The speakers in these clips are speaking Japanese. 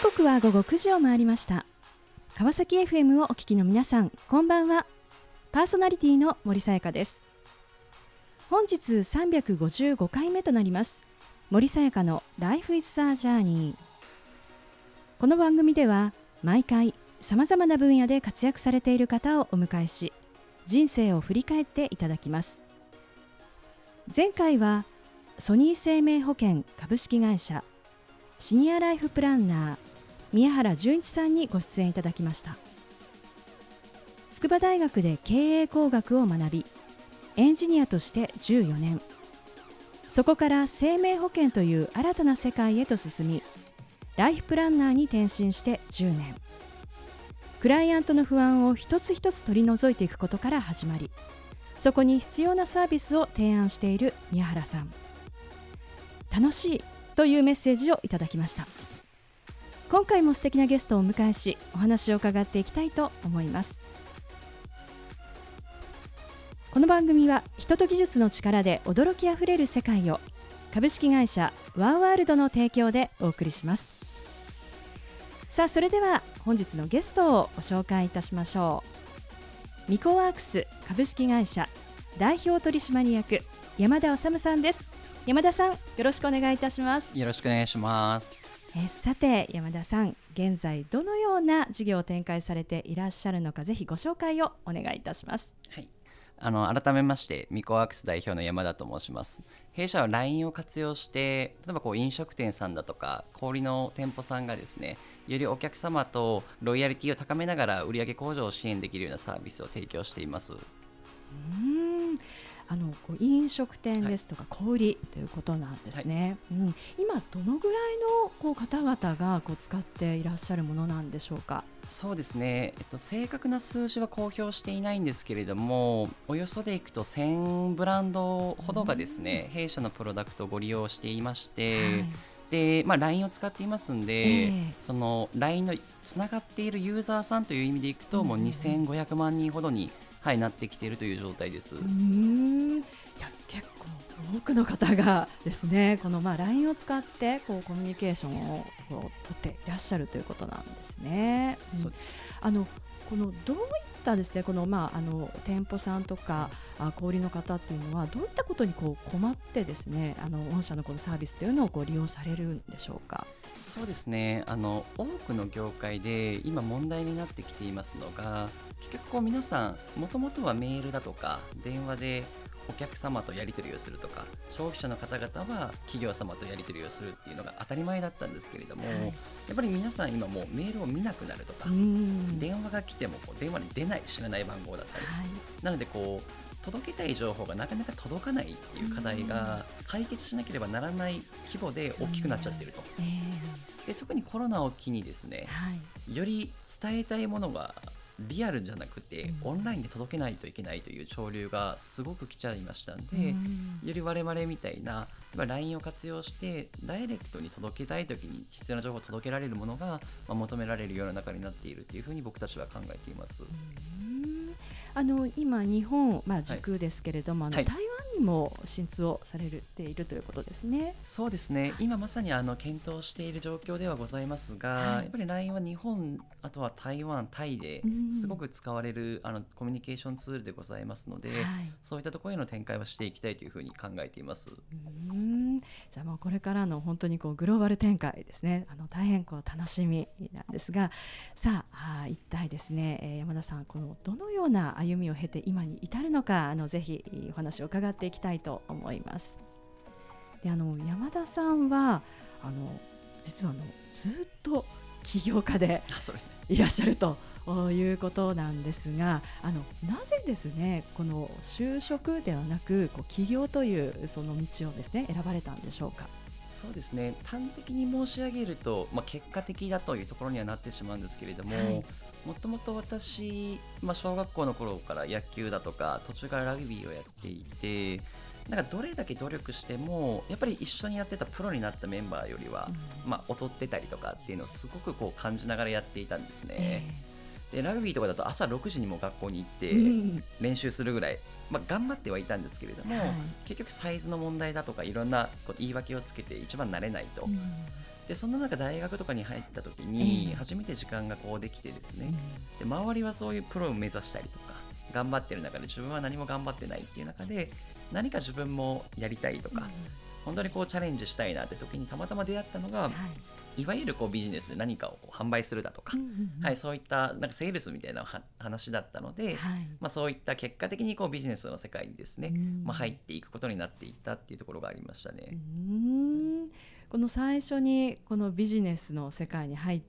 刻は午後9時を回りました。川崎 FM をお聞きの皆さん、こんばんは。パーソナリティの森さやかです。本日355回目となります森さやかの Life is a Journey。 この番組では毎回さまざまな分野で活躍されている方をお迎えし、人生を振り返っていただきます。前回はソニー生命保険株式会社シニアライフプランナー宮原純一さんにご出演いただきました。筑波大学で経営工学を学び、エンジニアとして14年、そこから生命保険という新たな世界へと進み、ライフプランナーに転身して10年、クライアントの不安を一つ一つ取り除いていくことから始まり、そこに必要なサービスを提案している宮原さん。楽しいというメッセージをいただきました。今回も素敵なゲストをお迎えし、お話を伺っていきたいと思います。この番組は人と技術の力で驚きあふれる世界を、株式会社ワーワールドの提供でお送りします。さあ、それでは本日のゲストをご紹介いたしましょう。ミコワークス株式会社代表取締役山田修さんです。山田さん、よろしくお願いいたします。 よろしくお願いします。 さて山田さん、現在どのような事業を展開されていらっしゃるのか、ぜひご紹介をお願いいたします。 はい、改めましてミコワークス代表の山田と申します。弊社は LINE を活用して、例えば飲食店さんだとか小売の店舗さんがですね、よりお客様とロイヤリティを高めながら売上向上を支援できるようなサービスを提供しています。 飲食店ですとか小売りということなんですね。今どのぐらいの方々が使っていらっしゃるものなんでしょうか。 そうですね、正確な数字は公表していないんですけれども、およそでいくと1000ブランドほどがですね、弊社のプロダクトをご利用していまして、でLINE を使っていますんで、その LINE のつながっているユーザーさんという意味でいくと、もう2500万人ほどになってきているという状態です。 いや、結構多くの方がですね、このLINE を使ってコミュニケーションを取っていらっしゃるということなんですね。 そうです。 このどういったですね、店舗さんとか小売りの方っていうのはどういったことに困ってですね、御社のこのサービスというのを利用されるんでしょうか。 そうですね、多くの業界で今問題になってきていますのが、結局皆さんもともとはメールだとか電話でお客様とやり取りをするとか、消費者の方々は企業様とやり取りをするっていうのが当たり前だったんですけれども、やっぱり皆さん今もうメールを見なくなるとか、電話が来ても電話に出ない、知らない番号だったり、なので届けたい情報がなかなか届かないっていう課題が解決しなければならない規模で大きくなっちゃってると。で、特にコロナを機にですね、より伝えたいものがリアルじゃなくてオンラインで届けないといけないという潮流がすごく来ちゃいましたんで、より我々みたいなLINE を活用してダイレクトに届けたいときに必要な情報を届けられるものが求められる世の中になっているというふうに僕たちは考えています。 今日本、軸ですけれども、台湾にも進出をされているということですね。 そうですね、今まさに検討している状況ではございますが、やっぱり LINE は日本、あとは台湾、タイですごく使われるコミュニケーションツールでございますので、そういったところへの展開はしていきたいというふうに考えています。 じゃあこれからの本当にグローバル展開ですね、大変楽しみなんですが、さあ一体ですね、山田さん、どのような歩みを経て今に至るのか、ぜひお話を伺っていきたいと思います。で、山田さんは実はずっと起業家でいらっしゃるということなんですが、なぜですね、この就職ではなく起業というその道をですね選ばれたんでしょうか。 そうですね、端的に申し上げると、結果的だというところにはなってしまうんですけれども、もともと私、小学校の頃から野球だとか途中からラグビーをやっていて、どれだけ努力してもやっぱり一緒にやってたプロになったメンバーよりは、劣ってたりとかっていうのをすごく感じながらやっていたんですね。でラグビーとかだと朝6時にも学校に行って練習するぐらい、頑張ってはいたんですけれども、結局サイズの問題だとかいろんな言い訳をつけて一番慣れないと、 でそんな中大学とかに入った時に初めて時間がこうできてですね、で周りはそういうプロを目指したりとか頑張ってる中で自分は何も頑張ってないっていう中で、何か自分もやりたいとか、本当にこうチャレンジしたいなって時にたまたま出会ったのが、いわゆるこうビジネスで何かを販売するだとか、そういったなんかセールスみたいな話だったので、そういった結果的にこうビジネスの世界にですね、入っていくことになっていったっていうところがありましたね。 この最初にこのビジネスの世界に入って、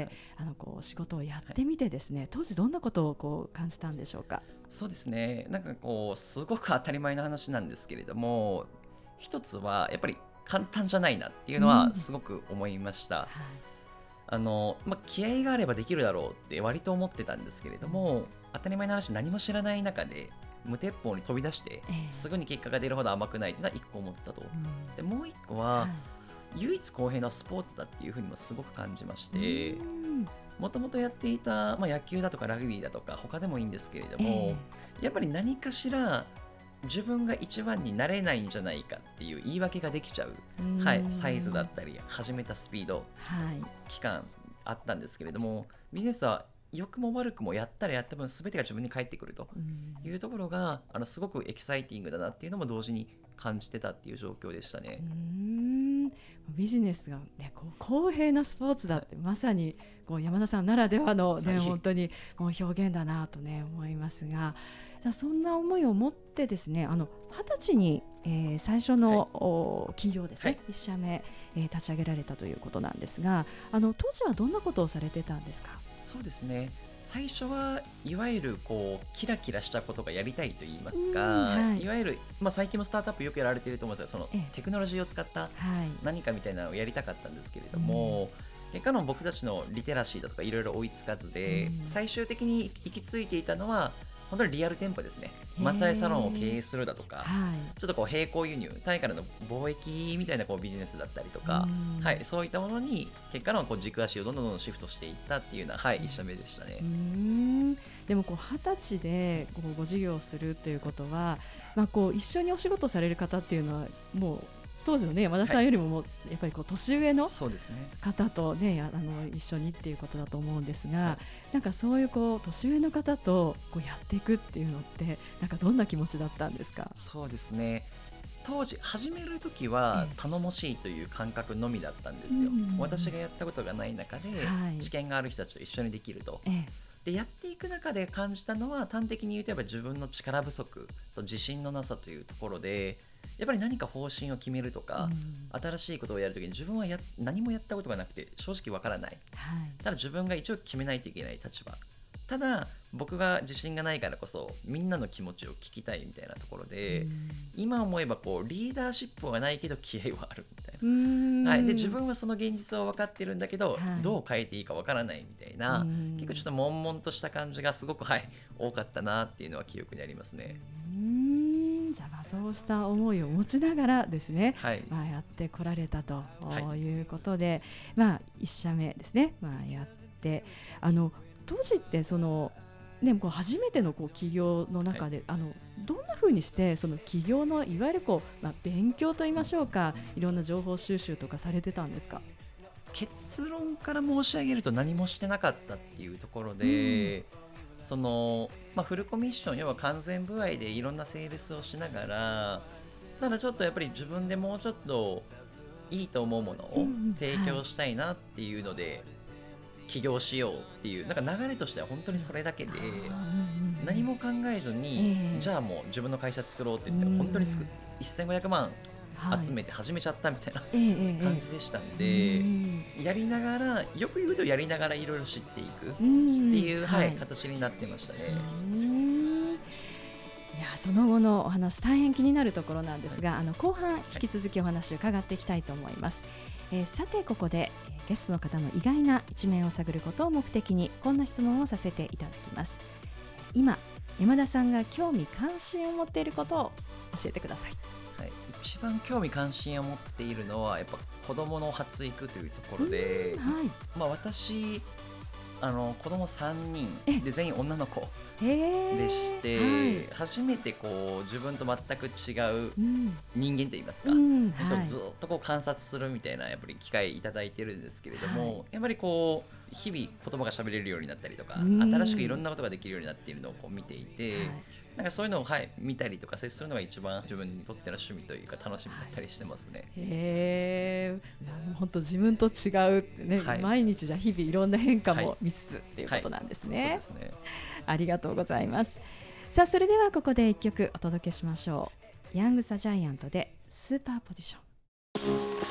こう仕事をやってみてですね、当時どんなことをこう感じたんでしょうか？ そうですね、なんかこうすごく当たり前の話なんですけれども、一つはやっぱり簡単じゃないなっていうのはすごく思いました。気合があればできるだろうって割と思ってたんですけれども、当たり前の話、何も知らない中で無鉄砲に飛び出してすぐに結果が出るほど甘くないっていうのは1個思ったと。でもう1個は、唯一公平なスポーツだっていうふうにもすごく感じまして、もともとやっていた、野球だとかラグビーだとか他でもいいんですけれども、やっぱり何かしら自分が一番になれないんじゃないかっていう言い訳ができちゃう、サイズだったり始めたスピード、期間あったんですけれども、ビジネスは良くも悪くもやったらやった分全てが自分に返ってくるというところがすごくエキサイティングだなっていうのも同時に感じてたっていう状況でしたね。 ビジネスが、こう公平なスポーツだって、まさにこう山田さんならではの、本当にもう表現だなと思いますが、じゃあそんな思いを持ってですね、20歳に、最初の、企業ですね、1社目、立ち上げられたということなんですが、当時はどんなことをされてたんですか？ そうですね、最初はいわゆるこうキラキラしたことがやりたいと言いますか、いわゆる、最近もスタートアップよくやられていると思うんですが、そのテクノロジーを使った何かみたいなのをやりたかったんですけれども、結果の僕たちのリテラシーだとかいろいろ追いつかずで、最終的に行き着いていたのは本当にリアル店舗ですね。マッサージサロンを経営するだとか、ちょっとこう並行輸入、タイからの貿易みたいなこうビジネスだったりとか、そういったものに結果のこう軸足をどんどんシフトしていったっていうような、1社目でしたね。 でもこう20歳でこうご事業をするっていうことは、こう一緒にお仕事される方っていうのはもう当時の山田さんよりもやっぱりこう年上の方と一緒にっていうことだと思うんですが、なんかそういうこう年上の方とこうやっていくっていうのってなんかどんな気持ちだったんですか？ そうですね、当時始める時は頼もしいという感覚のみだったんですよ。私がやったことがない中で知見がある人たちと一緒にできると、でやっていく中で感じたのは、端的に言うとやっぱ自分の力不足と自信のなさというところで、やっぱり何か方針を決めるとか、新しいことをやるときに自分は何もやったことがなくて正直わからない、ただ自分が一応決めないといけない立場、ただ僕が自信がないからこそみんなの気持ちを聞きたいみたいなところで、今思えばこうリーダーシップはないけど気合はあるみたいな、で自分はその現実を分かってるんだけど、どう変えていいか分からないみたいな、結構ちょっと悶々とした感じがすごく、多かったなっていうのは記憶にありますね。 じゃあそうした思いを持ちながらですね、やってこられたということで、1社目ですね、やって当時ってこう初めてのこう起業の中で、どんな風にしてその起業のいわゆるこう、勉強といいましょうか、いろんな情報収集とかされてたんですか？ 結論から申し上げると何もしてなかったっていうところで、フルコミッション、要は完全歩合でいろんなセールスをしながら、ただちょっとやっぱり自分でもうちょっといいと思うものを提供したいなっていうので、起業しようっていうなんか流れとしては本当にそれだけで、何も考えずに、じゃあもう自分の会社作ろうって言って本当に1500万集めて始めちゃったみたいな感じでしたんで、やりながら、よく言うとやりながらいろいろ知っていくっていう、形になってましたね。 いや、その後のお話大変気になるところなんですが、後半引き続きお話を伺っていきたいと思います。さてここでゲストの方の意外な一面を探ることを目的にこんな質問をさせていただきます。今山田さんが興味関心を持っていることを教えてください。 一番興味関心を持っているのはやっぱ子どもの発育というところで、私子供3人で全員女の子ででして、 はい初めてこう自分と全く違ううん人間といいますか、 はいずっとこう観察するみたいなやっぱり機会いただいてるんですけれども、 はやっぱりこう日々言葉が喋れるようになったりとか、 うん新しくいろんなことができるようになっているのをこう見ていて、 はいなんかそういうのを、見たりとか接するのが一番自分にとっての趣味というか楽しみだったりしてますね。 へえ、本当自分と違うってね、 はい毎日じゃ日々いろんな変化はいも見つつっていうことなんですそうね。 ですね。 ありがとうございます。さあそれではここで一曲お届けしましょう。ヤングザジャイアントでスーパーポジション。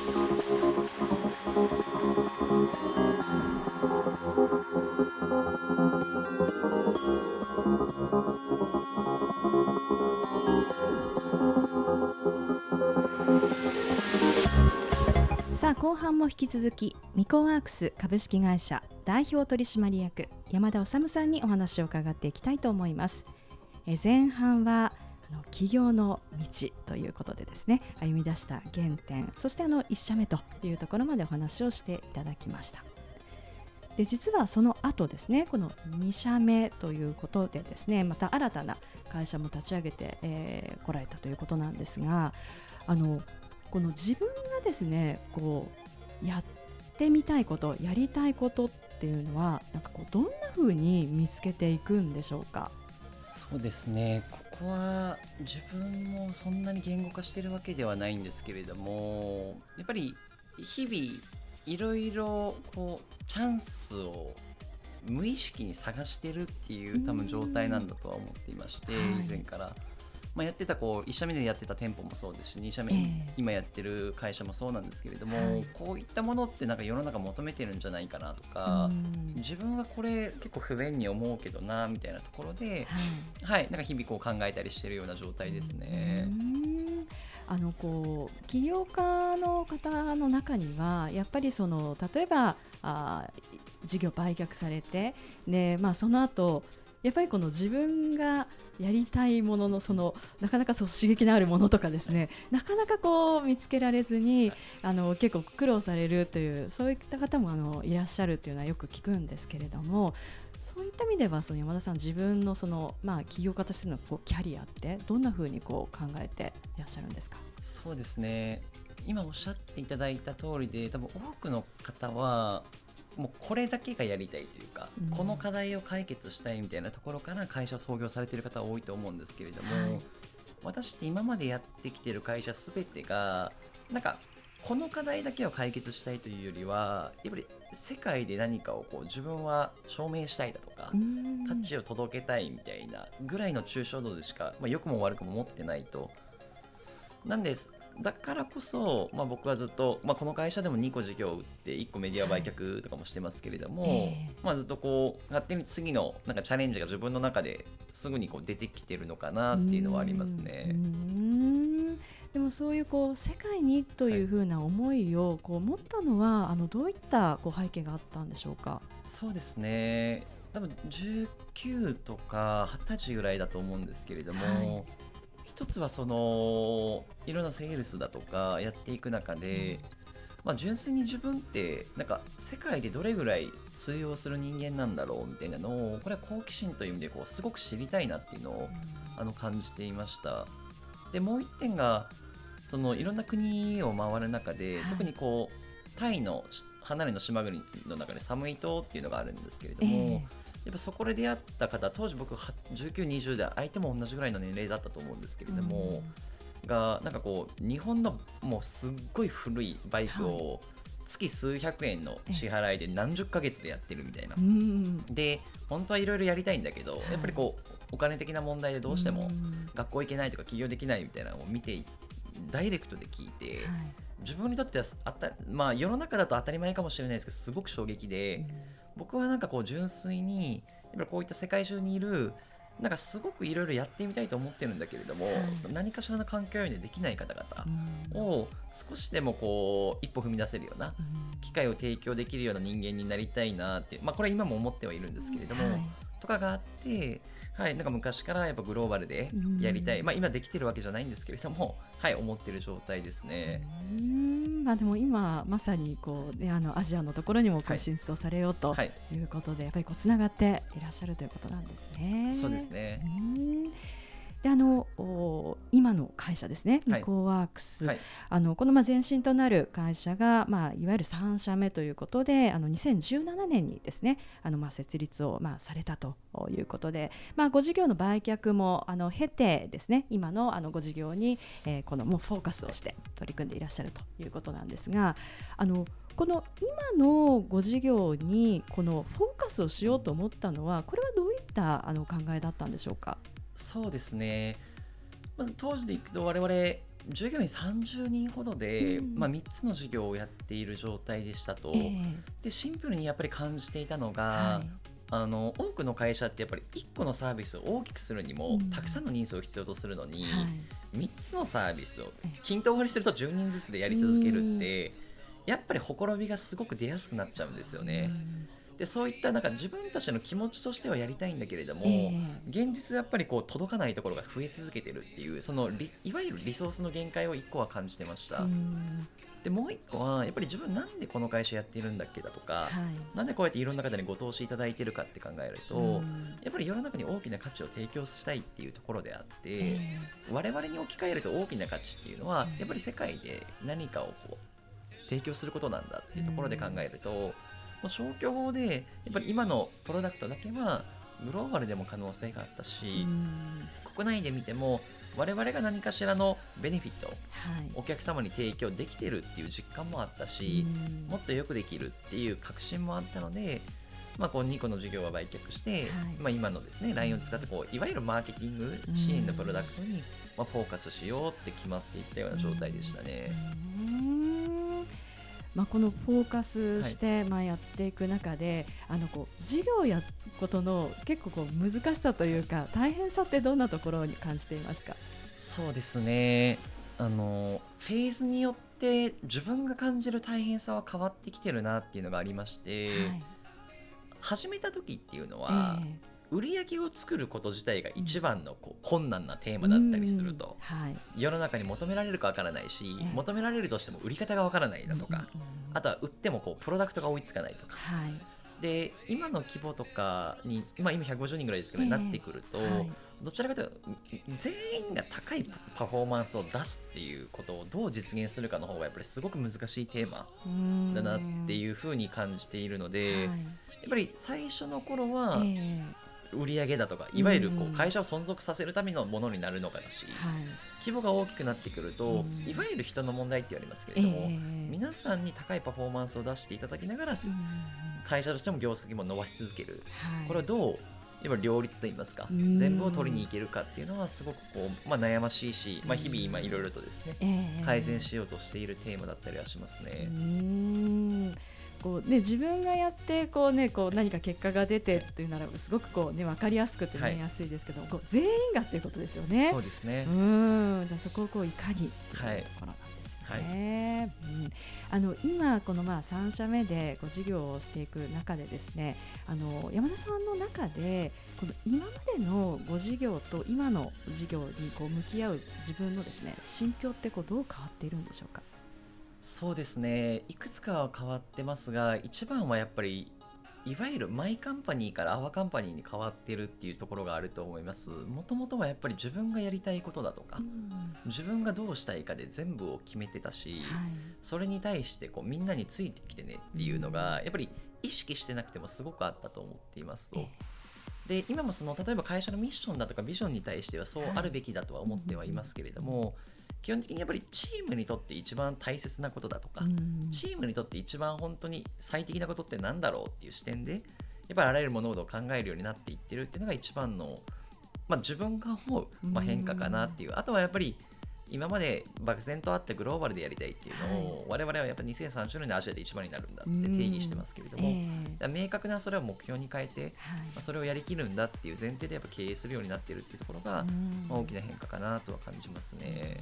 さあ後半も引き続きミコワークス株式会社代表取締役山田治さんにお話を伺っていきたいと思います。前半は起業の道ということでですね、歩み出した原点、そして1社目というところまでお話をしていただきました。で実はその後ですね、この2社目ということでですね、また新たな会社も立ち上げてこられたということなんですが、この自分がですねこうやってみたいこと、やりたいことっていうのはなんかこうどんな風に見つけていくんでしょうか。 そうですね、ここは自分もそんなに言語化してるわけではないんですけれども、やっぱり日々いろいろこうチャンスを無意識に探してるっていう多分状態なんだとは思っていまして、 はい以前からやってた1社目でやってた店舗もそうですし、2社目、今やってる会社もそうなんですけれども、 はいこういったものってなんか世の中求めてるんじゃないかなとか、自分はこれ結構不便に思うけどなみたいなところで、なんか日々こう考えたりしてるような状態ですね。 こう起業家の方の中にはやっぱり例えば事業売却されて、で、その後やっぱりこの自分がやりたいもののなかなか刺激のあるものとかですね、なかなかこう見つけられずに結構苦労されるという、そういった方もいらっしゃるというのはよく聞くんですけれども、そういった意味では山田さん自分の起業家としてのキャリアってどんなふうに考えていらっしゃるんですか。 そうですね、今おっしゃっていただいた通りで、多分多くの方はもうこれだけがやりたいというか、この課題を解決したいみたいなところから会社を創業されている方は多いと思うんですけれども、私って今までやってきている会社すべてがなんかこの課題だけを解決したいというよりは、やっぱり世界で何かを自分は証明したいだとか、価値を届けたいみたいなぐらいの抽象度でしか、良くも悪くも持ってないと。なんですだからこそ、僕はずっと、この会社でも2個事業を売って1個メディア売却とかもしてますけれども、ずっと勝手に次のなんかチャレンジが自分の中ですぐに出てきてるのかなっていうのはありますね。 でもそういう世界にというふうな思いを持ったのはどういった背景があったんでしょうか。 そうですね、多分19とか20歳ぐらいだと思うんですけれども、一つはいろんなセールスだとかやっていく中で、純粋に自分ってなんか世界でどれぐらい通用する人間なんだろうみたいなのを、これは好奇心という意味ですごく知りたいなっていうのを感じていました。でもう一点がいろんな国を回る中で、特にタイの離れの島国の中でサムイ島っていうのがあるんですけれども、やっぱそこで出会った方、当時僕19、20で相手も同じぐらいの年齢だったと思うんですけれども、がなんか日本のもうすっごい古いバイクを月数百円の支払いで何十ヶ月でやってるみたいな、で本当はいろいろやりたいんだけど、やっぱりお金的な問題でどうしても学校行けないとか起業できないみたいなのを見てダイレクトで聞いて、自分にとっては世の中だと当たり前かもしれないですけど、すごく衝撃で、僕はなんか純粋にやっぱりこういった世界中にいるなんかすごくいろいろやってみたいと思ってるんだけれども、何かしらの環境でできない方々を少しでも一歩踏み出せるような機会を提供できるような人間になりたいなって、これは今も思ってはいるんですけれども、 とかがあって、はい、なんか昔からやっぱグローバルでやりたい、今できてるわけじゃないんですけれども、はい、思ってる状態ですね。 でも今まさにこう、ね、アジアのところにもこう進出をされようとはいいうことで、やっぱりこうつながっていらっしゃるということなんですね。 そうですね。 で今の会社ですね、ミコワークス、この前身となる会社が、いわゆる3社目ということで、2017年にですね設立をされたということで、ご事業の売却も経てですね、今のご事業に、このもうフォーカスをして取り組んでいらっしゃるということなんですが、この今のご事業にこのフォーカスをしようと思ったのは、これはどういった考えだったんでしょうか。 そうですね、まず当時でいくと我々従業員30人ほどで、3つの事業をやっている状態でしたと、でシンプルにやっぱり感じていたのが、多くの会社ってやっぱり1個のサービスを大きくするにも、たくさんの人数を必要とするのに、3つのサービスを均等割りすると10人ずつでやり続けるって、やっぱりほころびがすごく出やすくなっちゃうんですよね。でそういったなんか自分たちの気持ちとしてはやりたいんだけれども、現実やっぱりこう届かないところが増え続けてるっていう、そのいわゆるリソースの限界を1個は感じてました。でもう1個はやっぱり自分なんでこの会社やっているんだっけだとか、なんでこうやっていろんな方にご投資いただいてるかって考えると、やっぱり世の中に大きな価値を提供したいっていうところであって、我々に置き換えると大きな価値っていうのはやっぱり世界で何かをこう提供することなんだっていうところで考えると、消去法でやっぱり今のプロダクトだけはグローバルでも可能性があったし、国内で見ても我々が何かしらのベネフィットをお客様に提供できてるっていう実感もあったし、もっとよくできるっていう確信もあったので、こう2個の事業は売却して、今のですね LINE を使ってこういわゆるマーケティング支援のプロダクトにフォーカスしようって決まっていったような状態でしたね。 このフォーカスしてやっていく中で、こう事業をやることの結構こう難しさというか大変さってどんなところに感じていますか。 そうですね、フェーズによって自分が感じる大変さは変わってきてるなっていうのがありまして、始めた時っていうのは、売り上げを作ること自体が一番のこう困難なテーマだったりすると、世の中に求められるかわからないし、求められるとしても売り方がわからないだとか、あとは売ってもこうプロダクトが追いつかないとか、で今の規模とかに、今150人ぐらいですけど、なってくると、どちらかというと全員が高いパフォーマンスを出すっていうことをどう実現するかの方がやっぱりすごく難しいテーマだなっていうふうに感じているので、やっぱり最初の頃は売上だとかいわゆるこう会社を存続させるためのものになるのかだし、規模が大きくなってくるといわゆる人の問題って言われますけれども、皆さんに高いパフォーマンスを出していただきながら会社としても業績も伸ばし続ける、これをどうやっぱ両立といいますか、全部を取りに行けるかっていうのはすごくこう、悩ましいし、日々今いろいろとですね、改善しようとしているテーマだったりはしますね。 こうね、自分がやってこう、こう何か結果が出てっていうならすごくこう、分かりやすくて見やすいですけど、こう全員がっていうことですよね。 そうですね。 じゃあそこをこういかにっていうところなんですね。今この3社目でこう事業をしていく中でですね、山田さんの中でこの今までのご事業と今の事業にこう向き合う自分のですね心境ってこうどう変わっているんでしょうか。 そうですね、いくつかは変わってますが、一番はやっぱりいわゆるマイカンパニーからアワカンパニーに変わってるっていうところがあると思います。もともとはやっぱり自分がやりたいことだとか、自分がどうしたいかで全部を決めてたし、それに対してこうみんなについてきてねっていうのがやっぱり意識してなくてもすごくあったと思っていますと。で今も例えば会社のミッションだとかビジョンに対してはそうあるべきだとは思ってはいますけれども、基本的にやっぱりチームにとって一番大切なことだとか、チームにとって一番本当に最適なことってなんだろうっていう視点でやっぱりあらゆる物事を考えるようになっていってるっていうのが一番の、自分が思う、変化かなっていう。あとはやっぱり今まで漠然とあってグローバルでやりたいっていうのを、我々はやっぱり2030年でアジアで一番になるんだって定義してますけれども、明確なそれを目標に変えて、それをやりきるんだっていう前提でやっぱ経営するようになっているっていうところが、大きな変化かなとは感じますね。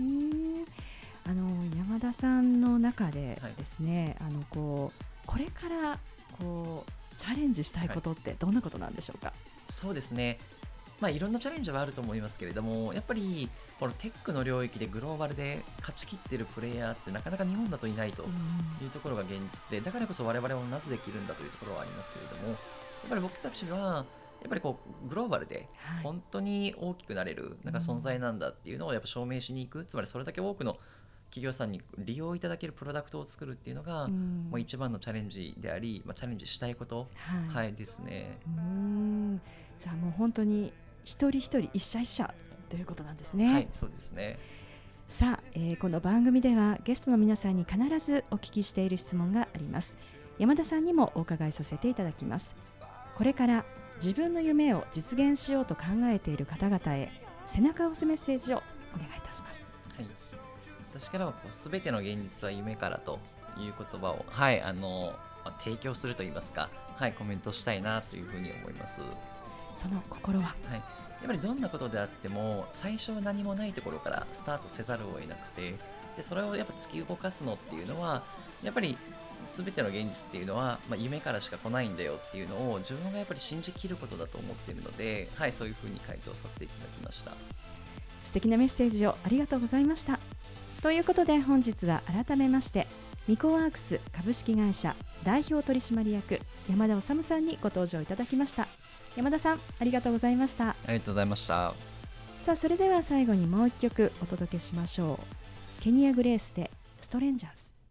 山田さんの中でですね、これからこうチャレンジしたいことってどんなことなんでしょうか。 そうですね。いろんなチャレンジはあると思いますけれども、やっぱりこのテックの領域でグローバルで勝ち切っているプレイヤーってなかなか日本だといないというところが現実で、だからこそ我々もなぜできるんだというところはありますけれども、やっぱり僕たちはやっぱりこうグローバルで本当に大きくなれるなんか存在なんだっていうのをやっぱ証明しに行く、つまりそれだけ多くの企業さんに利用いただけるプロダクトを作るっていうのが、もう一番のチャレンジであり、チャレンジしたいこと、ですね。 じゃあもう本当に一人一人一社一社ということなんですね。 はい、そうですね。 さあ、この番組ではゲストの皆さんに必ずお聞きしている質問があります。山田さんにもお伺いさせていただきます。これから自分の夢を実現しようと考えている方々へ背中を押すメッセージをお願いいたします。 はい、私からは全ての現実は夢からという言葉を、提供するといいますか、コメントしたいなというふうに思います。 その心は、 やっぱりどんなことであっても最初は何もないところからスタートせざるを得なくて、でそれをやっぱ突き動かすのっていうのはやっぱり全ての現実っていうのは、夢からしか来ないんだよっていうのを自分がやっぱり信じきることだと思っているので、そういうふうに回答させていただきました。 素敵なメッセージをありがとうございました。ということで本日は改めましてミコワークス株式会社代表取締役山田修さんにご登場いただきました。山田さん、ありがとうございました。 ありがとうございました。 さあ、それでは最後にもう一曲お届けしましょう。ケニア・グレースでストレンジャーズ。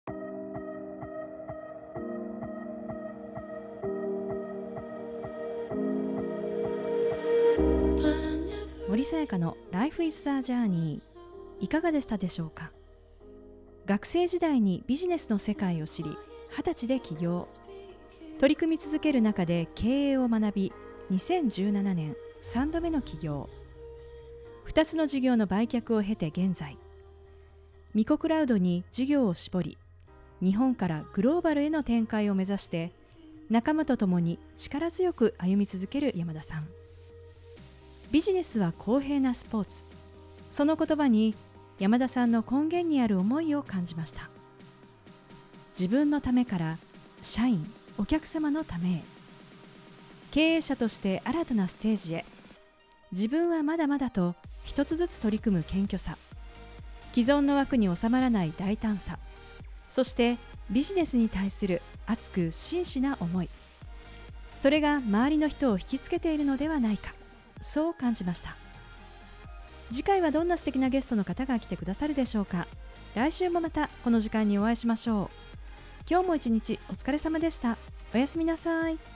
森さやかの Life is the Journey、 いかがでしたでしょうか。学生時代にビジネスの世界を知り、20歳で起業、取り組み続ける中で経営を学び、2017年3度目の起業、2つの事業の売却を経て現在、ミコクラウドに事業を絞り、日本からグローバルへの展開を目指して仲間と共に力強く歩み続ける山田さん。ビジネスは公平なスポーツ、その言葉に山田さんの根源にある思いを感じました。自分のためから社員、お客様のためへ、経営者として新たなステージへ、自分はまだまだと一つずつ取り組む謙虚さ、既存の枠に収まらない大胆さ、そしてビジネスに対する熱く真摯な思い、それが周りの人を引きつけているのではないか、そう感じました。次回はどんな素敵なゲストの方が来てくださるでしょうか。来週もまたこの時間にお会いしましょう。今日も一日お疲れ様でした。おやすみなさい。